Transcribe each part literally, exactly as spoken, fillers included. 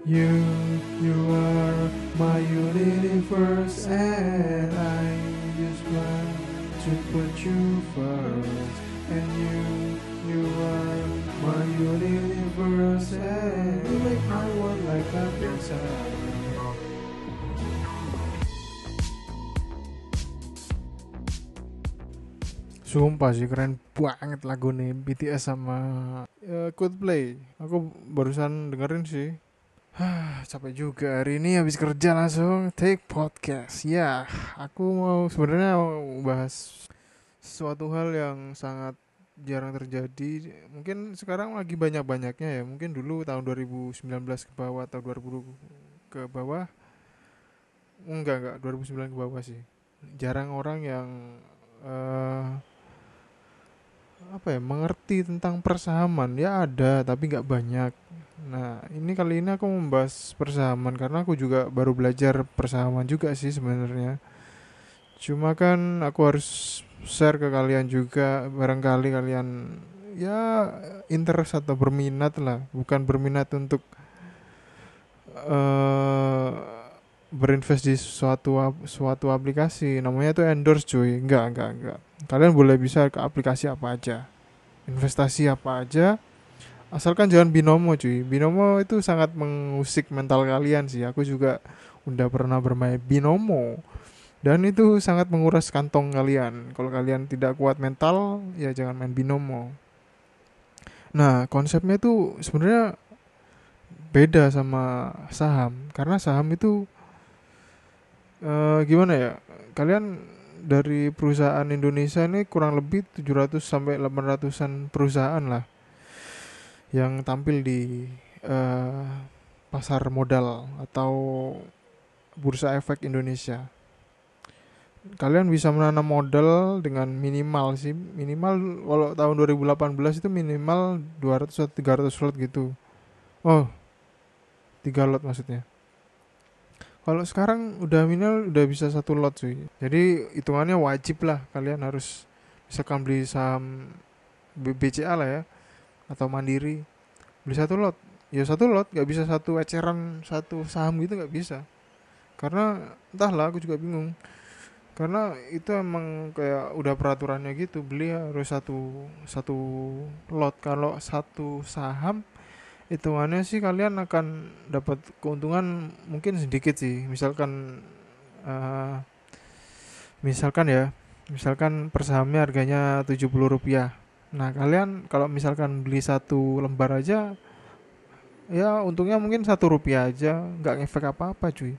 You, you are my universe, and I just want to put you first. And you, you are my universe, and you make my world like a princess. Sumpah sih keren banget lagu nih B T S sama uh, Coldplay. Aku barusan dengerin sih. Hah, capek juga hari ini habis kerja langsung take podcast. Ya, aku mau sebenarnya mau bahas suatu hal yang sangat jarang terjadi. Mungkin sekarang lagi banyak-banyaknya ya. Mungkin dulu tahun dua ribu sembilan belas ke bawah atau dua ribu ke bawah. Enggak, enggak, dua ribu sembilan ke bawah sih. Jarang orang yang uh, apa ya mengerti tentang persahaman. Ya ada tapi nggak banyak. Nah ini kali ini aku membahas persahaman karena aku juga baru belajar persahaman juga sih sebenarnya. Cuma kan aku harus share ke kalian juga, barangkali kalian ya interest atau berminat lah, bukan berminat untuk uh, berinvest di suatu suatu aplikasi. Namanya tuh endorse cuy. Enggak, enggak, enggak. Kalian boleh bisa ke aplikasi apa aja, investasi apa aja, asalkan jangan binomo cuy. Binomo itu sangat mengusik mental kalian sih. Aku juga udah pernah bermain binomo dan itu sangat menguras kantong kalian. Kalau kalian tidak kuat mental, ya jangan main binomo. Nah konsepnya itu sebenarnya beda sama saham, karena saham itu uh, gimana ya, kalian dari perusahaan Indonesia ini kurang lebih tujuh ratus sampai delapan ratusan perusahaan lah yang tampil di uh, pasar modal atau bursa efek Indonesia. Kalian bisa menanam modal dengan minimal sih, minimal kalau tahun dua ribu delapan belas itu minimal dua ratus atau tiga ratus lot gitu. Oh, tiga lot maksudnya. Kalau sekarang udah minimal udah bisa satu lot cuy. Jadi hitungannya wajib lah kalian harus misalkan beli saham B C A lah ya atau Mandiri, beli satu lot. Ya satu lot, nggak bisa satu eceran satu saham gitu, nggak bisa. Karena entahlah aku juga bingung. Karena itu emang kayak udah peraturannya gitu, beli harus satu satu lot. Kalau satu saham hitungannya sih kalian akan dapat keuntungan mungkin sedikit sih. Misalkan uh, misalkan ya, misalkan per sahamnya harganya tujuh puluh rupiah. Nah, kalian kalau misalkan beli satu lembar aja, ya untungnya mungkin satu rupiah aja, nggak ngefek apa-apa cuy.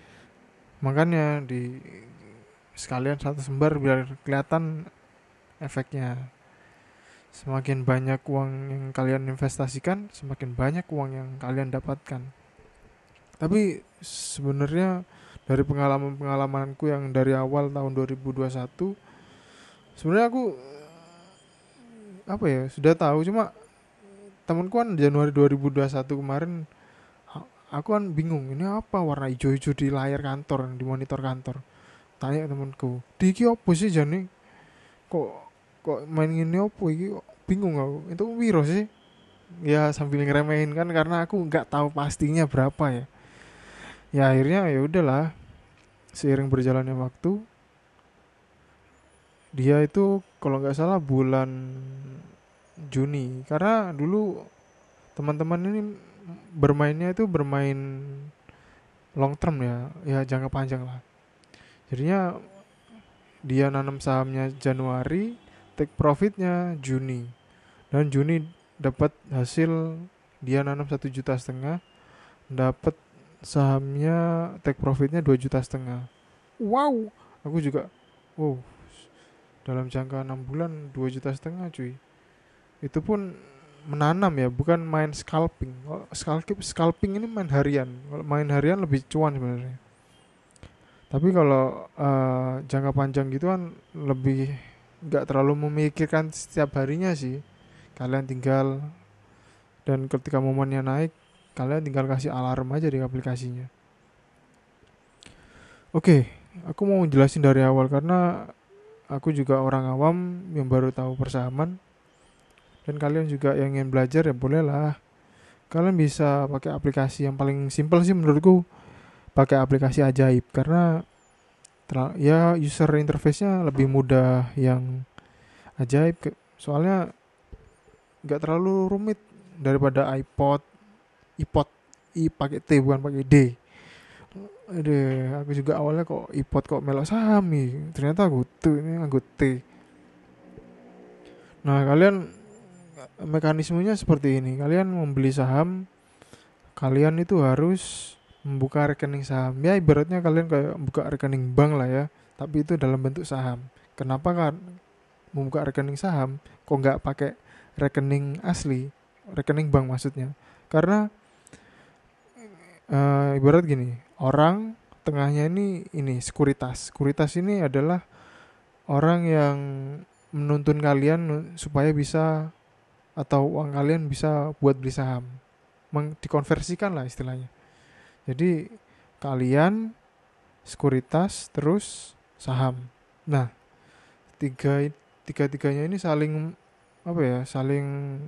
Makanya di sekalian satu lembar biar kelihatan efeknya. Semakin banyak uang yang kalian investasikan, semakin banyak uang yang kalian dapatkan. Tapi sebenarnya dari pengalaman-pengalamanku yang dari awal tahun dua ribu dua puluh satu, sebenarnya aku apa ya sudah tahu, cuma temanku kan Januari dua ribu dua puluh satu kemarin, aku kan bingung ini apa warna hijau-hijau di layar kantor, di monitor kantor. Tanya temanku, "Diki opo sih jane? Kok kok main gini opo iki?" Bingung aku. Itu wiro sih. Ya sambil ngeremehin kan karena aku nggak tahu pastinya berapa ya. Ya akhirnya ya udahlah. Seiring berjalannya waktu, dia itu kalau nggak salah bulan Juni. Karena dulu teman-teman ini bermainnya itu bermain long term ya, ya jangka panjang lah. Jadinya dia nanam sahamnya Januari, take profitnya Juni, dan Juni dapat hasil, dia nanam satu juta setengah, dapat sahamnya take profitnya dua juta setengah. Wow, aku juga wow, dalam jangka enam bulan dua juta setengah cuy. Itu pun menanam ya, bukan main scalping. Kalau scalping, scalping ini main harian. Kalau main harian lebih cuan sebenarnya. Tapi kalau uh, jangka panjang gitu kan lebih nggak terlalu memikirkan setiap harinya sih. Kalian tinggal, dan ketika momennya naik, kalian tinggal kasih alarm aja di aplikasinya. Oke, aku mau jelasin dari awal karena aku juga orang awam yang baru tahu persahaman. Dan kalian juga yang ingin belajar ya bolehlah. kalian bisa pakai aplikasi yang paling simpel sih menurutku, pakai aplikasi Ajaib, karena tra- ya user interface-nya lebih mudah yang Ajaib, ke- soalnya nggak terlalu rumit daripada iPod, iPod, i pakai T bukan pakai D. Aduh, aku juga awalnya kok iPod kok melok saham nih, ternyata aku tuh ini aku T. Nah, kalian mekanismenya seperti ini, kalian membeli saham, kalian itu harus membuka rekening saham. Ya ibaratnya kalian kayak buka rekening bank lah ya, tapi itu dalam bentuk saham. Kenapa kan membuka rekening saham kok nggak pakai rekening asli, rekening bank maksudnya? Karena eh, ibarat gini, orang tengahnya ini ini sekuritas. Sekuritas ini adalah orang yang menuntun kalian supaya bisa, atau uang kalian bisa buat beli saham, Meng, dikonversikan lah istilahnya. Jadi kalian sekuritas terus saham. Nah, tiga tiga tiganya ini saling apa ya, saling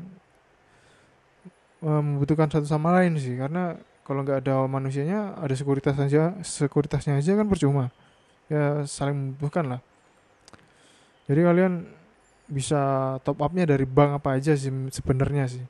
eh, membutuhkan satu sama lain sih, karena kalau nggak ada manusianya, ada sekuritas aja, sekuritasnya aja kan percuma. Ya saling membutuhkan lah. Jadi kalian bisa top upnya dari bank apa aja sih sebenarnya sih.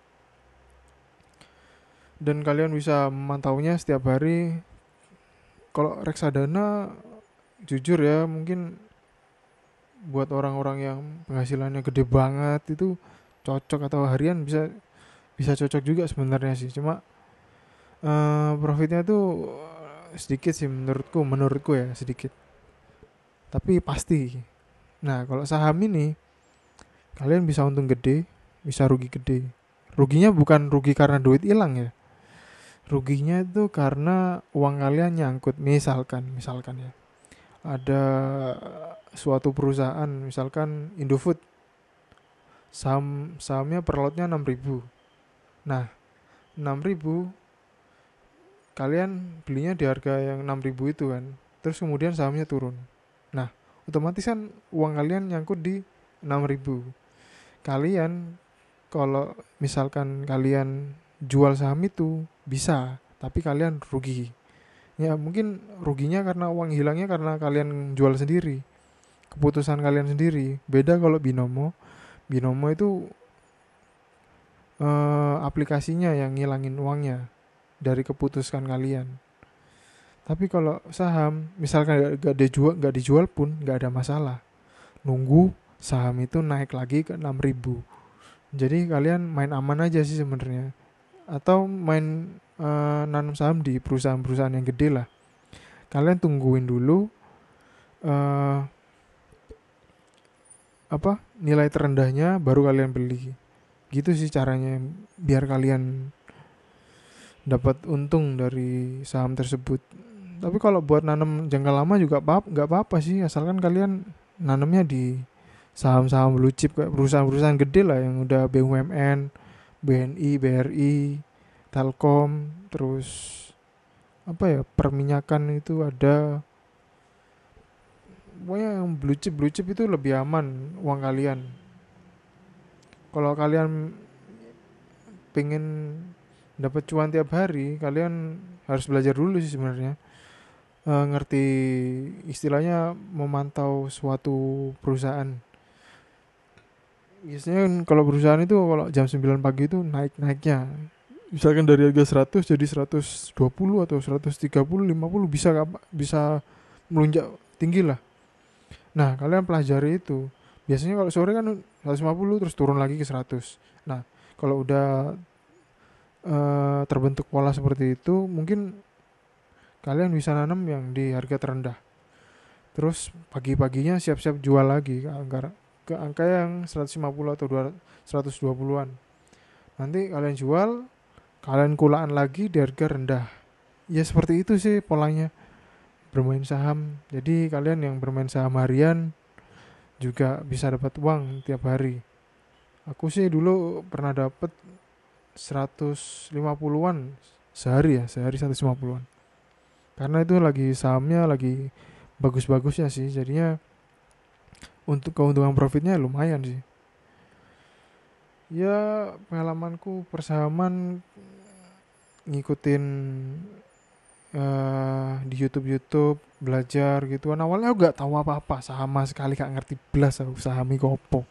Dan kalian bisa memantaunya setiap hari. Kalau reksadana jujur ya, mungkin buat orang-orang yang penghasilannya gede banget itu cocok, atau harian bisa bisa cocok juga sebenarnya sih. Cuma eh, profitnya tuh sedikit sih menurutku, menurutku ya sedikit. Tapi pasti. Nah, kalau saham ini kalian bisa untung gede, bisa rugi gede. Ruginya bukan rugi karena duit hilang ya. Ruginya itu karena uang kalian nyangkut. Misalkan, misalkan ya, ada suatu perusahaan, misalkan Indofood, saham sahamnya per lotnya enam ribu. Nah, enam ribu kalian belinya di harga yang enam ribu itu kan. Terus kemudian sahamnya turun. Nah, otomatis kan uang kalian nyangkut di enam ribu. Kalian kalau misalkan kalian jual saham itu bisa, tapi kalian rugi. Ya mungkin ruginya karena uang hilangnya karena kalian jual sendiri, keputusan kalian sendiri. Beda kalau binomo, binomo itu eh, aplikasinya yang ngilangin uangnya dari keputusan kalian. Tapi kalau saham, misalkan gak dijual, gak dijual pun gak ada masalah. Nunggu saham itu naik lagi ke enam ribu. Jadi kalian main aman aja sih sebenarnya. Atau main eh, nanam saham di perusahaan-perusahaan yang gede lah. Kalian tungguin dulu eh, apa nilai terendahnya, baru kalian beli. Gitu sih caranya biar kalian dapat untung dari saham tersebut. Tapi kalau buat nanam jangka lama juga nggak apa-apa sih, asalkan kalian nanamnya di saham-saham blue chip kayak perusahaan-perusahaan gede lah yang udah B U M N, B N I, B R I, Telkom, terus apa ya, perminyakan itu ada. Pokoknya yang blue chip blue chip itu lebih aman uang kalian. Kalau kalian pengen dapat cuan tiap hari, kalian harus belajar dulu sih sebenarnya. E, ngerti istilahnya memantau suatu perusahaan. Biasanya kan kalau perusahaan itu kalau jam sembilan pagi itu naik-naiknya. Misalkan dari harga seratus jadi seratus dua puluh atau seratus tiga puluh, lima puluh bisa bisa melunjak tinggi lah. Nah, kalian pelajari itu. Biasanya kalau sore kan seratus lima puluh terus turun lagi ke seratus. Nah, kalau udah e, terbentuk pola seperti itu, mungkin kalian bisa nanam yang di harga terendah. Terus pagi-paginya siap-siap jual lagi ke angka, ke angka yang seratus lima puluh atau seratus dua puluhan. Nanti kalian jual, kalian kulaan lagi di harga rendah. Ya seperti itu sih polanya bermain saham. Jadi kalian yang bermain saham harian juga bisa dapat uang tiap hari. Aku sih dulu pernah dapat seratus lima puluhan sehari ya, sehari seratus lima puluhan. Karena itu lagi sahamnya lagi bagus-bagusnya sih, jadinya untuk keuntungan profitnya lumayan sih. Ya pengalamanku persahaman ngikutin uh, di YouTube YouTube belajar gitu kan. Awalnya aku gak tahu apa-apa, sama sekali gak ngerti belas aku saham iku opo.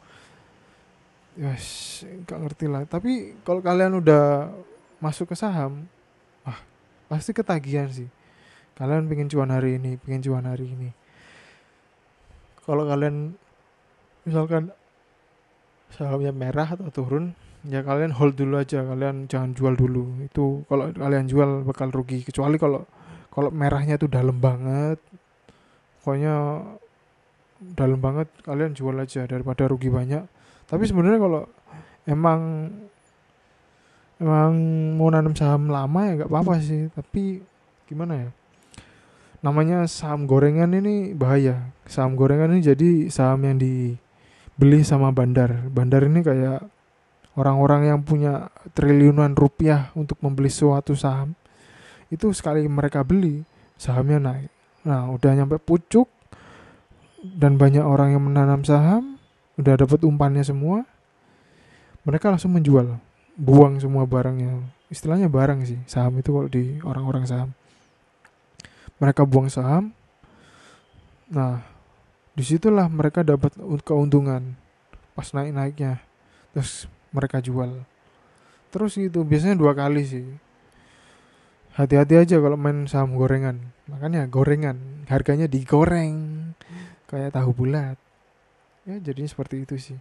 Yes, gak ngerti lah. Tapi kalau kalian udah masuk ke saham, wah pasti ketagihan sih. Kalian pengen cuan hari ini, pengen cuan hari ini. Kalau kalian misalkan sahamnya merah atau turun, ya kalian hold dulu aja, kalian jangan jual dulu. Itu kalau kalian jual bakal rugi, kecuali kalau kalau merahnya itu dalam banget, pokoknya dalam banget, kalian jual aja daripada rugi banyak. Tapi sebenarnya kalau emang emang mau nanam saham lama ya nggak apa-apa sih, tapi gimana ya, namanya saham gorengan ini bahaya. Saham gorengan ini jadi saham yang dibeli sama bandar. Bandar ini kayak orang-orang yang punya triliunan rupiah untuk membeli suatu saham. Itu sekali mereka beli, sahamnya naik. Nah, udah nyampe pucuk dan banyak orang yang menanam saham, udah dapat umpannya semua, mereka langsung menjual, buang semua barangnya. Istilahnya barang sih, saham itu kalau di orang-orang saham. Mereka buang saham. Nah, disitulah mereka dapat keuntungan pas naik-naiknya. Terus mereka jual. Terus gitu, biasanya dua kali sih. Hati-hati aja kalau main saham gorengan. Makanya gorengan, harganya digoreng kayak tahu bulat. Ya jadinya seperti itu sih.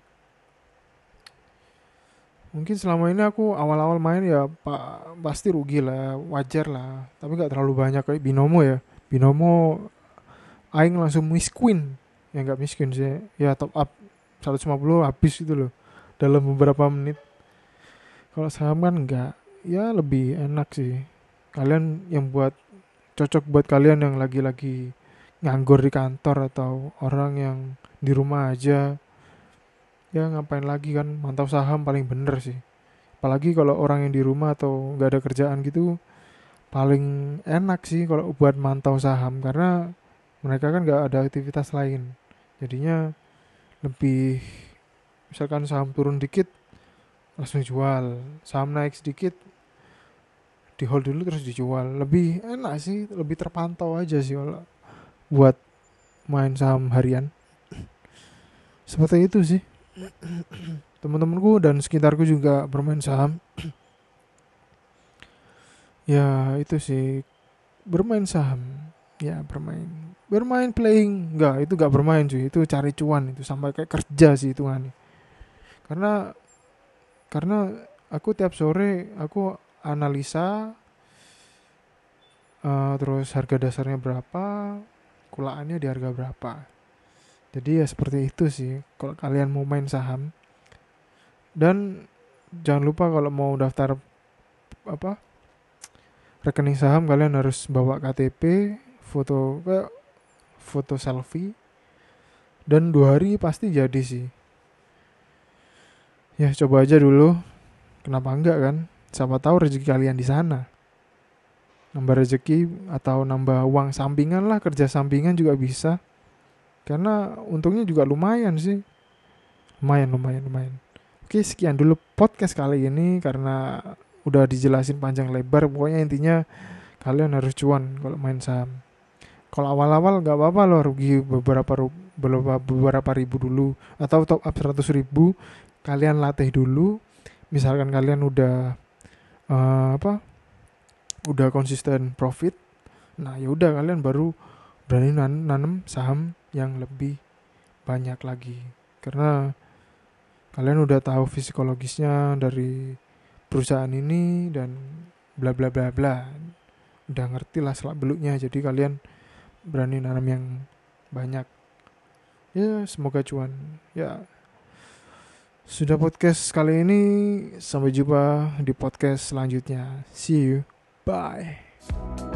Mungkin selama ini aku awal-awal main ya pak pasti rugi lah, wajar lah. Tapi gak terlalu banyak kayak binomo ya. Binomo aing langsung miskin. Ya gak miskin sih. Ya top up seratus lima puluh habis itu loh dalam beberapa menit. Kalau saham kan enggak, ya lebih enak sih. Kalian yang buat cocok buat kalian yang lagi-lagi nganggur di kantor atau orang yang di rumah aja. Ya ngapain lagi kan, mantau saham paling bener sih. Apalagi kalau orang yang di rumah atau nggak ada kerjaan gitu, paling enak sih kalau buat mantau saham karena mereka kan nggak ada aktivitas lain. Jadinya lebih, misalkan saham turun dikit langsung jual, saham naik sedikit di hold dulu terus dijual. Lebih enak sih, lebih terpantau aja sih kalau buat main saham harian. Seperti itu sih. Teman-temanku dan sekitarku juga bermain saham. Ya itu sih, bermain saham. Ya bermain bermain playing enggak, itu enggak bermain cuy, itu cari cuan, itu sampai kayak kerja sih hitungannya. Karena karena aku tiap sore aku analisa uh, terus harga dasarnya berapa, kulaannya di harga berapa. Jadi ya seperti itu sih kalau kalian mau main saham. Dan jangan lupa kalau mau daftar apa rekening saham, kalian harus bawa K T P, foto kayak foto selfie, dan dua hari pasti jadi sih. Ya coba aja dulu, kenapa enggak kan? Siapa tahu rezeki kalian di sana. Nambah rezeki atau nambah uang sampingan lah, kerja sampingan juga bisa. Karena untungnya juga lumayan sih. Lumayan, lumayan, lumayan. Oke, sekian dulu podcast kali ini karena udah dijelasin panjang lebar. Pokoknya intinya kalian harus cuan kalau main saham. Kalau awal-awal gak apa-apa loh, rugi beberapa beberapa, beberapa ribu dulu atau top up seratus ribu. Kalian latih dulu. Misalkan kalian udah uh, apa? Udah konsisten profit. Nah, ya udah kalian baru berani nan- nanam saham yang lebih banyak lagi. Karena kalian udah tahu psikologisnya dari perusahaan ini dan bla bla bla bla. Udah ngerti lah selak beluknya, jadi kalian berani nanam yang banyak. Ya, semoga cuan. Ya. Sudah podcast kali ini, sampai jumpa di podcast selanjutnya. See you. Bye.